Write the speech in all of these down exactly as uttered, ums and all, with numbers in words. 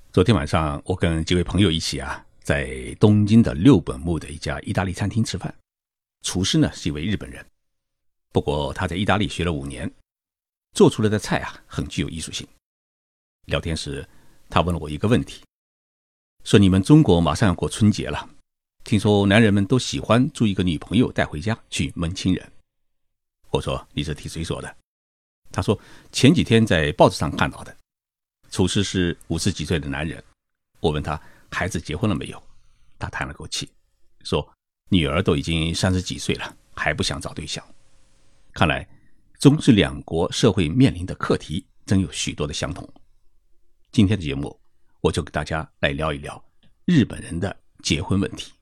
昨天晚上我跟几位朋友一起啊，在东京的六本木的一家意大利餐厅吃饭。厨师呢是一位日本人，不过他在意大利学了五年，做出来的菜啊很具有艺术性。聊天时他问了我一个问题，说你们中国马上要过春节了，听说男人们都喜欢租一个女朋友带回家去蒙亲人。我说你是替谁说的？他说前几天在报纸上看到的。厨师是五十几岁的男人，我问他孩子结婚了没有，他叹了口气，说女儿都已经三十几岁了，还不想找对象。看来中日两国社会面临的课题真有许多的相同。今天的节目我就给大家来聊一聊日本人的结婚问题。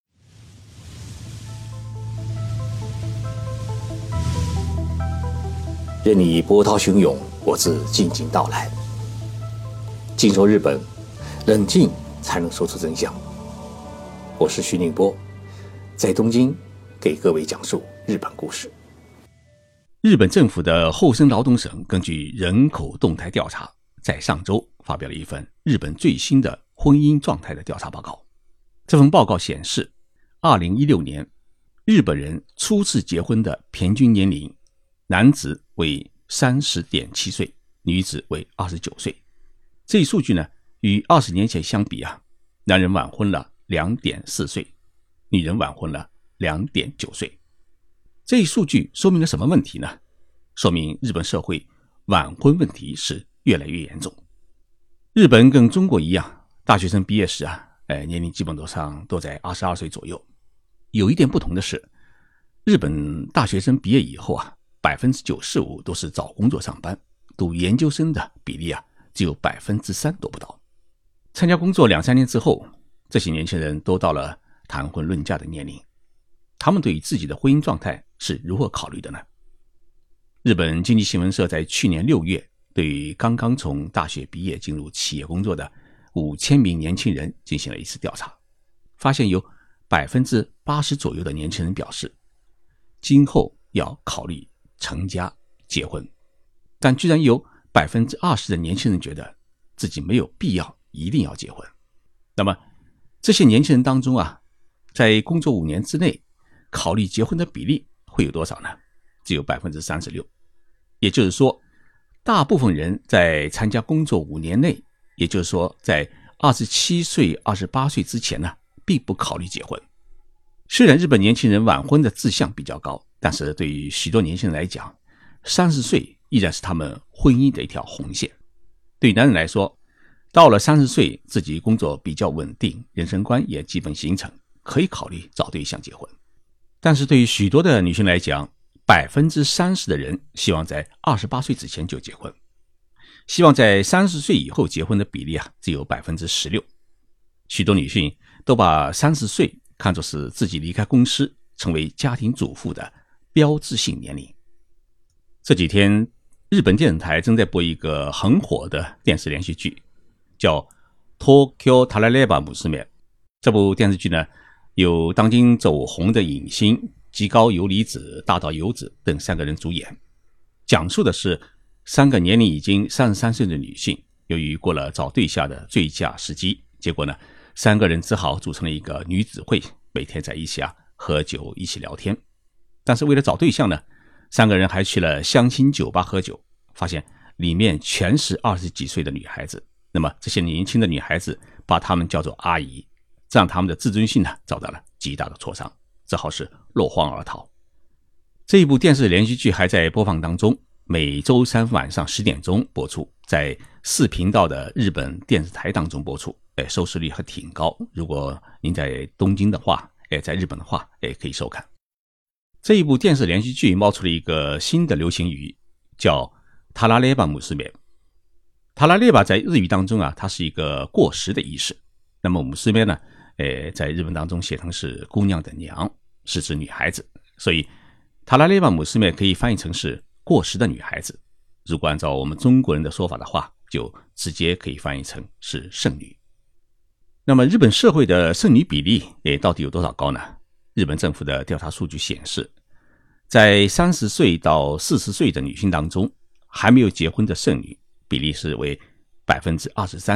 任你波涛汹涌，我自静静到来。静说日本，冷静才能说出真相。我是徐宁波，在东京给各位讲述日本故事。 日本政府的厚生劳动省根据人口动态调查，在上周发表了一份日本最新的婚姻状态的调查报告。这份报告显示，二零一六年日本人初次结婚的平均年龄，男子为 三十点七 岁，女子为二十九岁。这一数据呢，与二十年前相比啊，男人晚婚了 两点四 岁，女人晚婚了 两点九 岁。这一数据说明了什么问题呢？说明日本社会晚婚问题是越来越严重。日本跟中国一样，大学生毕业时啊，呃，年龄基本上都在二十二岁左右。有一点不同的是，日本大学生毕业以后啊， 百分之九十五 都是找工作上班，读研究生的比例啊只有 百分之三 都不到。参加工作两三年之后，这些年轻人都到了谈婚论嫁的年龄。他们对于自己的婚姻状态是如何考虑的呢？日本经济新闻社在去年六月对于刚刚从大学毕业进入企业工作的五千名年轻人进行了一次调查，发现有 百分之八十 左右的年轻人表示今后要考虑成家结婚，但居然有 百分之二十 的年轻人觉得自己没有必要一定要结婚。那么这些年轻人当中啊，在工作五年之内考虑结婚的比例会有多少呢？只有 百分之三十六。 也就是说，大部分人在参加工作五年内，也就是说在二十七岁二十八岁之前呢，并不考虑结婚。虽然日本年轻人晚婚的志向比较高，但是对于许多年轻人来讲，三十岁依然是他们婚姻的一条红线。对男人来说，到了三十岁，自己工作比较稳定，人生观也基本形成，可以考虑找对象结婚。但是对于许多的女性来讲， 百分之三十 的人希望在二十八岁之前就结婚，希望在三十岁以后结婚的比例啊只有 百分之十六。 许多女性都把三十岁看作是自己离开公司成为家庭主妇的标志性年龄。这几天日本电视台正在播一个很火的电视连续剧，叫 Tokyo Tarareba Musume。 这部电视剧呢，有当今走红的影星吉高由里子、大岛由子等三个人主演，讲述的是三个年龄已经三十三岁的女性，由于过了找对象的最佳时机，结果呢，三个人只好组成了一个女子会，每天在一起啊喝酒，一起聊天。但是为了找对象呢，三个人还去了相亲酒吧喝酒，发现里面全是二十几岁的女孩子。那么这些年轻的女孩子把她们叫做阿姨，这让她们的自尊心呢遭到了极大的挫伤，只好是落荒而逃。这一部电视连续剧还在播放当中，每周三晚上十点钟播出，在四频道的日本电视台当中播出，哎，收视率还挺高。如果您在东京的话，哎，在日本的话，哎，可以收看。这一部电视连续剧冒出了一个新的流行语，叫塔拉列巴姆斯面。塔拉列巴在日语当中啊，它是一个过时的仪式。那么姆斯面呢，呃，在日本当中写成是姑娘的娘，是指女孩子，所以塔拉列巴姆斯面可以翻译成是过时的女孩子。如果按照我们中国人的说法的话，就直接可以翻译成是剩女。那么日本社会的剩女比例诶到底有多少高呢？日本政府的调查数据显示，在三十岁到四十岁的女性当中，还没有结婚的剩女比例是为 百分之二十三，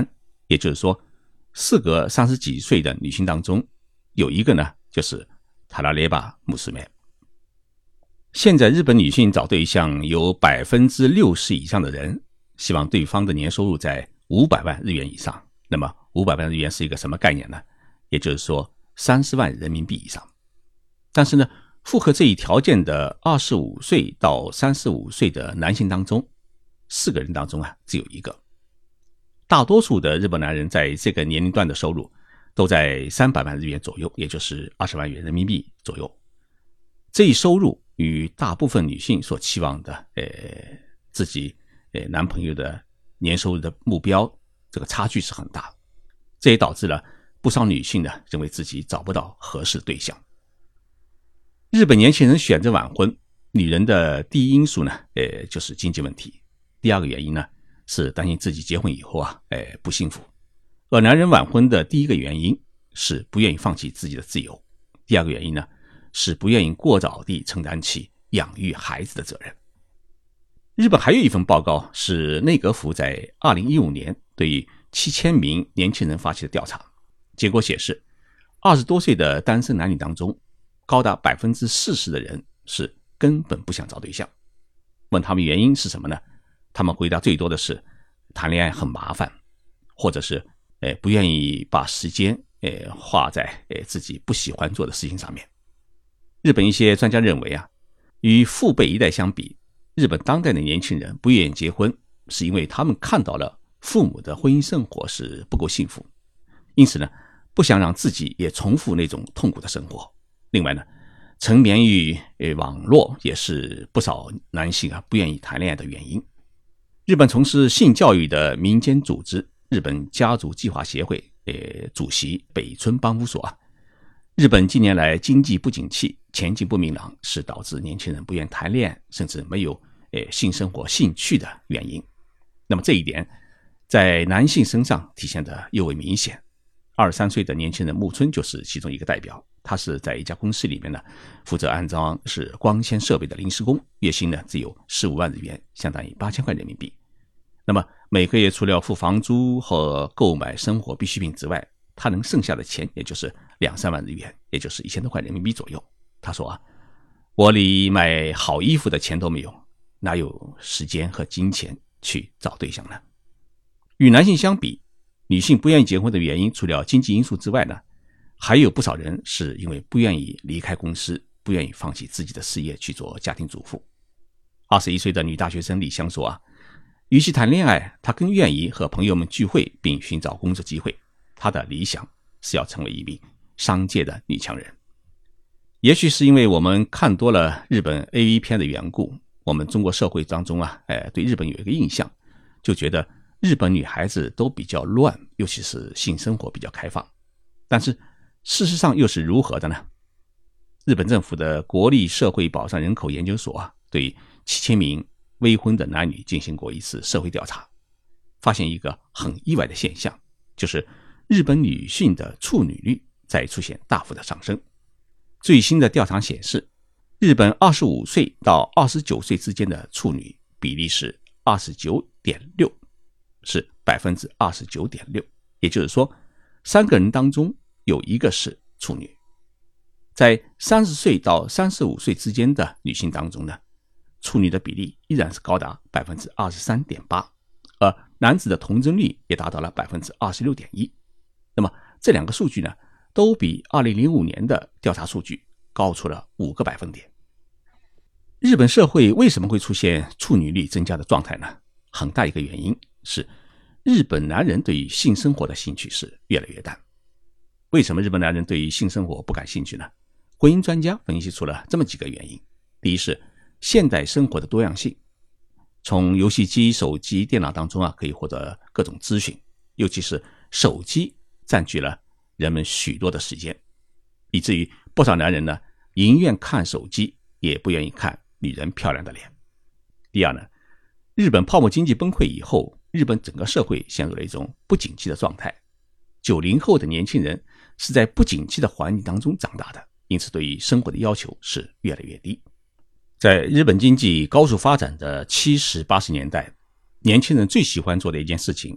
也就是说，四个三十几岁的女性当中，有一个呢就是塔拉列巴穆斯梅。现在日本女性找对象有 百分之六十 以上的人希望对方的年收入在五百万日元以上。那么五百万日元是一个什么概念呢？也就是说三十万人民币以上。但是呢，符合这一条件的二十五岁到三十五岁的男性当中，四个人当中啊只有一个。大多数的日本男人在这个年龄段的收入都在三百万日元左右，也就是二十万元人民币左右。这一收入与大部分女性所期望的呃自己呃男朋友的年收入的目标，这个差距是很大。这也导致了不少女性呢认为自己找不到合适的对象。日本年轻人选择晚婚，女人的第一因素呢呃就是经济问题。第二个原因呢是担心自己结婚以后啊呃不幸福。而男人晚婚的第一个原因是不愿意放弃自己的自由，第二个原因呢是不愿意过早地承担起养育孩子的责任。日本还有一份报告是内阁府在二零一五年对于七千名年轻人发起的调查，结果显示二十多岁的单身男女当中，高达 百分之四十 的人是根本不想找对象。问他们原因是什么呢？他们回答最多的是谈恋爱很麻烦，或者是呃不愿意把时间呃花在呃自己不喜欢做的事情上面。日本一些专家认为啊，与父辈一代相比，日本当代的年轻人不愿意结婚，是因为他们看到了父母的婚姻生活是不够幸福，因此呢，不想让自己也重复那种痛苦的生活。另外呢，沉湎于网络也是不少男性啊不愿意谈恋爱的原因。日本从事性教育的民间组织日本家族计划协会呃主席北村邦夫说啊，日本近年来经济不景气，前景不明朗，是导致年轻人不愿谈恋爱甚至没有呃性生活兴趣的原因。那么这一点在男性身上体现得尤为明显。二十三岁的年轻人木村就是其中一个代表，他是在一家公司里面呢负责安装是光纤设备的临时工，月薪呢只有十五万日元，相当于八千块人民币。那么每个月除了付房租和购买生活必需品之外，他能剩下的钱也就是两三万日元，也就是一千多块人民币左右。他说啊，我连买好衣服的钱都没有，哪有时间和金钱去找对象呢？与男性相比，女性不愿意结婚的原因除了经济因素之外呢，还有不少人是因为不愿意离开公司，不愿意放弃自己的事业去做家庭主妇。二十一岁的女大学生李香说啊，与其谈恋爱，她更愿意和朋友们聚会并寻找工作机会。她的理想是要成为一名商界的女强人。也许是因为我们看多了日本 A V 片的缘故，我们中国社会当中啊，哎，对日本有一个印象，就觉得日本女孩子都比较乱，尤其是性生活比较开放。但是事实上又是如何的呢？日本政府的国立社会保障人口研究所啊，对七千名未婚的男女进行过一次社会调查，发现一个很意外的现象，就是日本女性的处女率在出现大幅的上升。最新的调查显示，日本二十五岁到二十九岁之间的处女比例是 二十九点六， 是 百分之二十九点六， 也就是说三个人当中有一个是处女。在三十岁到三十五岁之间的女性当中呢，处女的比例依然是高达 百分之二十三点八， 而男子的童贞率也达到了 百分之二十六点一。 那么这两个数据呢，都比二零零五年的调查数据高出了五个百分点。日本社会为什么会出现处女率增加的状态呢？很大一个原因是日本男人对于性生活的兴趣是越来越淡。为什么日本男人对于性生活不感兴趣呢？婚姻专家分析出了这么几个原因。第一是现代生活的多样性，从游戏机、手机、电脑当中啊，可以获得各种资讯，尤其是手机占据了人们许多的时间，以至于不少男人呢，宁愿看手机，也不愿意看女人漂亮的脸。第二呢，日本泡沫经济崩溃以后，日本整个社会陷入了一种不景气的状态。九零后的年轻人是在不景气的环境当中长大的，因此对于生活的要求是越来越低。在日本经济高速发展的七十、八十年代，年轻人最喜欢做的一件事情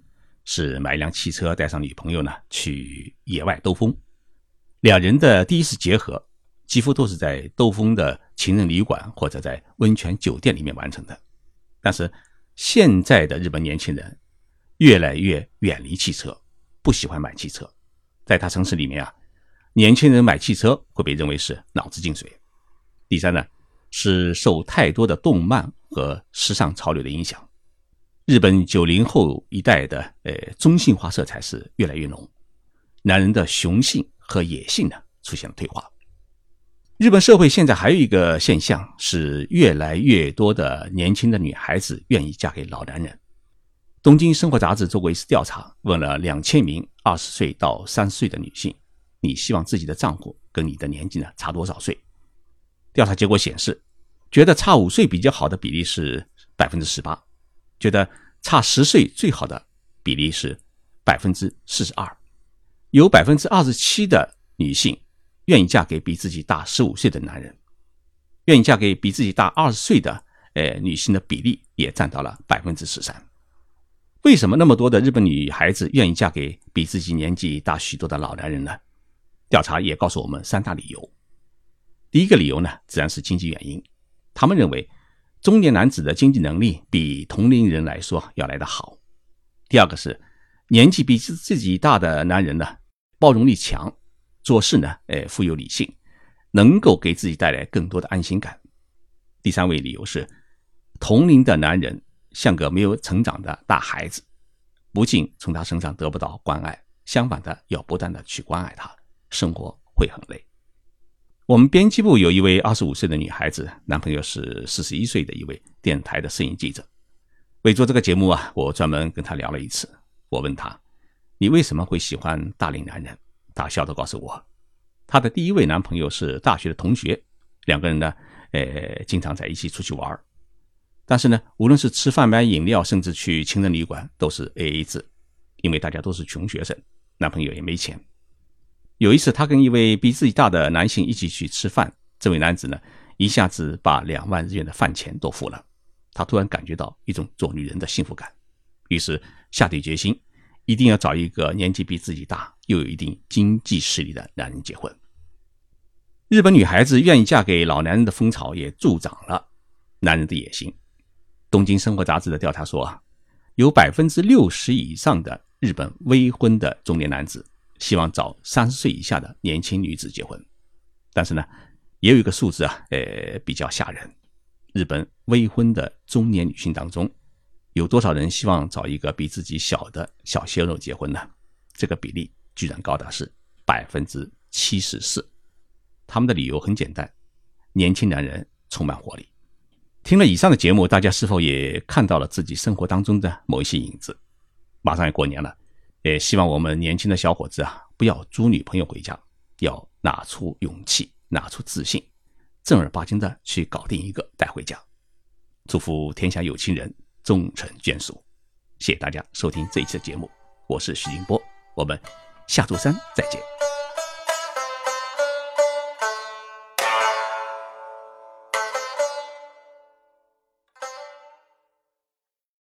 是买一辆汽车带上女朋友呢去野外兜风。两人的第一次结合几乎都是在兜风的情人旅馆或者在温泉酒店里面完成的。但是现在的日本年轻人越来越远离汽车，不喜欢买汽车。在他城市里面啊，年轻人买汽车会被认为是脑子进水。第三呢，是受太多的动漫和时尚潮流的影响，日本九零后一代的呃中性化色彩是越来越浓，男人的雄性和野性呢出现了退化。日本社会现在还有一个现象，是越来越多的年轻的女孩子愿意嫁给老男人。东京生活杂志做过一次调查，问了两千名二十岁到三十岁的女性，你希望自己的丈夫跟你的年纪呢差多少岁？调查结果显示，觉得差五岁比较好的比例是 百分之十八， 觉得差十岁最好的比例是 百分之四十二， 有 百分之二十七 的女性愿意嫁给比自己大十五岁的男人，愿意嫁给比自己大二十岁的呃女性的比例也占到了 百分之十三。 为什么那么多的日本女孩子愿意嫁给比自己年纪大许多的老男人呢？调查也告诉我们三大理由。第一个理由呢，自然是经济原因。他们认为中年男子的经济能力比同龄人来说要来得好。第二个是年纪比自己大的男人呢，包容力强，做事呢呃富有理性，能够给自己带来更多的安心感。第三位理由是同龄的男人像个没有成长的大孩子，不仅从他身上得不到关爱，相反的要不断的去关爱他，生活会很累。我们编辑部有一位二十五岁的女孩子，男朋友是四十一岁的一位电台的摄影记者。为做这个节目啊，我专门跟她聊了一次。我问她，你为什么会喜欢大龄男人？她笑着告诉我，她的第一位男朋友是大学的同学，两个人呢呃，经常在一起出去玩。但是呢，无论是吃饭买饮料，甚至去情人旅馆，都是 A A 制，因为大家都是穷学生，男朋友也没钱。有一次他跟一位比自己大的男性一起去吃饭，这位男子呢一下子把两万日元的饭钱都付了，他突然感觉到一种做女人的幸福感，于是下定决心一定要找一个年纪比自己大又有一定经济实力的男人结婚。日本女孩子愿意嫁给老男人的风潮也助长了男人的野心。东京生活杂志的调查说，有 百分之六十 以上的日本未婚的中年男子希望找三十岁以下的年轻女子结婚。但是呢，也有一个数字啊，呃，比较吓人。日本未婚的中年女性当中，有多少人希望找一个比自己小的小鲜肉结婚呢？这个比例居然高达是 百分之七十四。 他们的理由很简单，年轻男人充满活力。听了以上的节目，大家是否也看到了自己生活当中的某一些影子？马上要过年了，也希望我们年轻的小伙子啊，不要租女朋友回家，要拿出勇气，拿出自信，正儿八经的去搞定一个带回家。祝福天下有情人终成眷属。谢谢大家收听这一期的节目，我是徐宁波，我们下周三再见。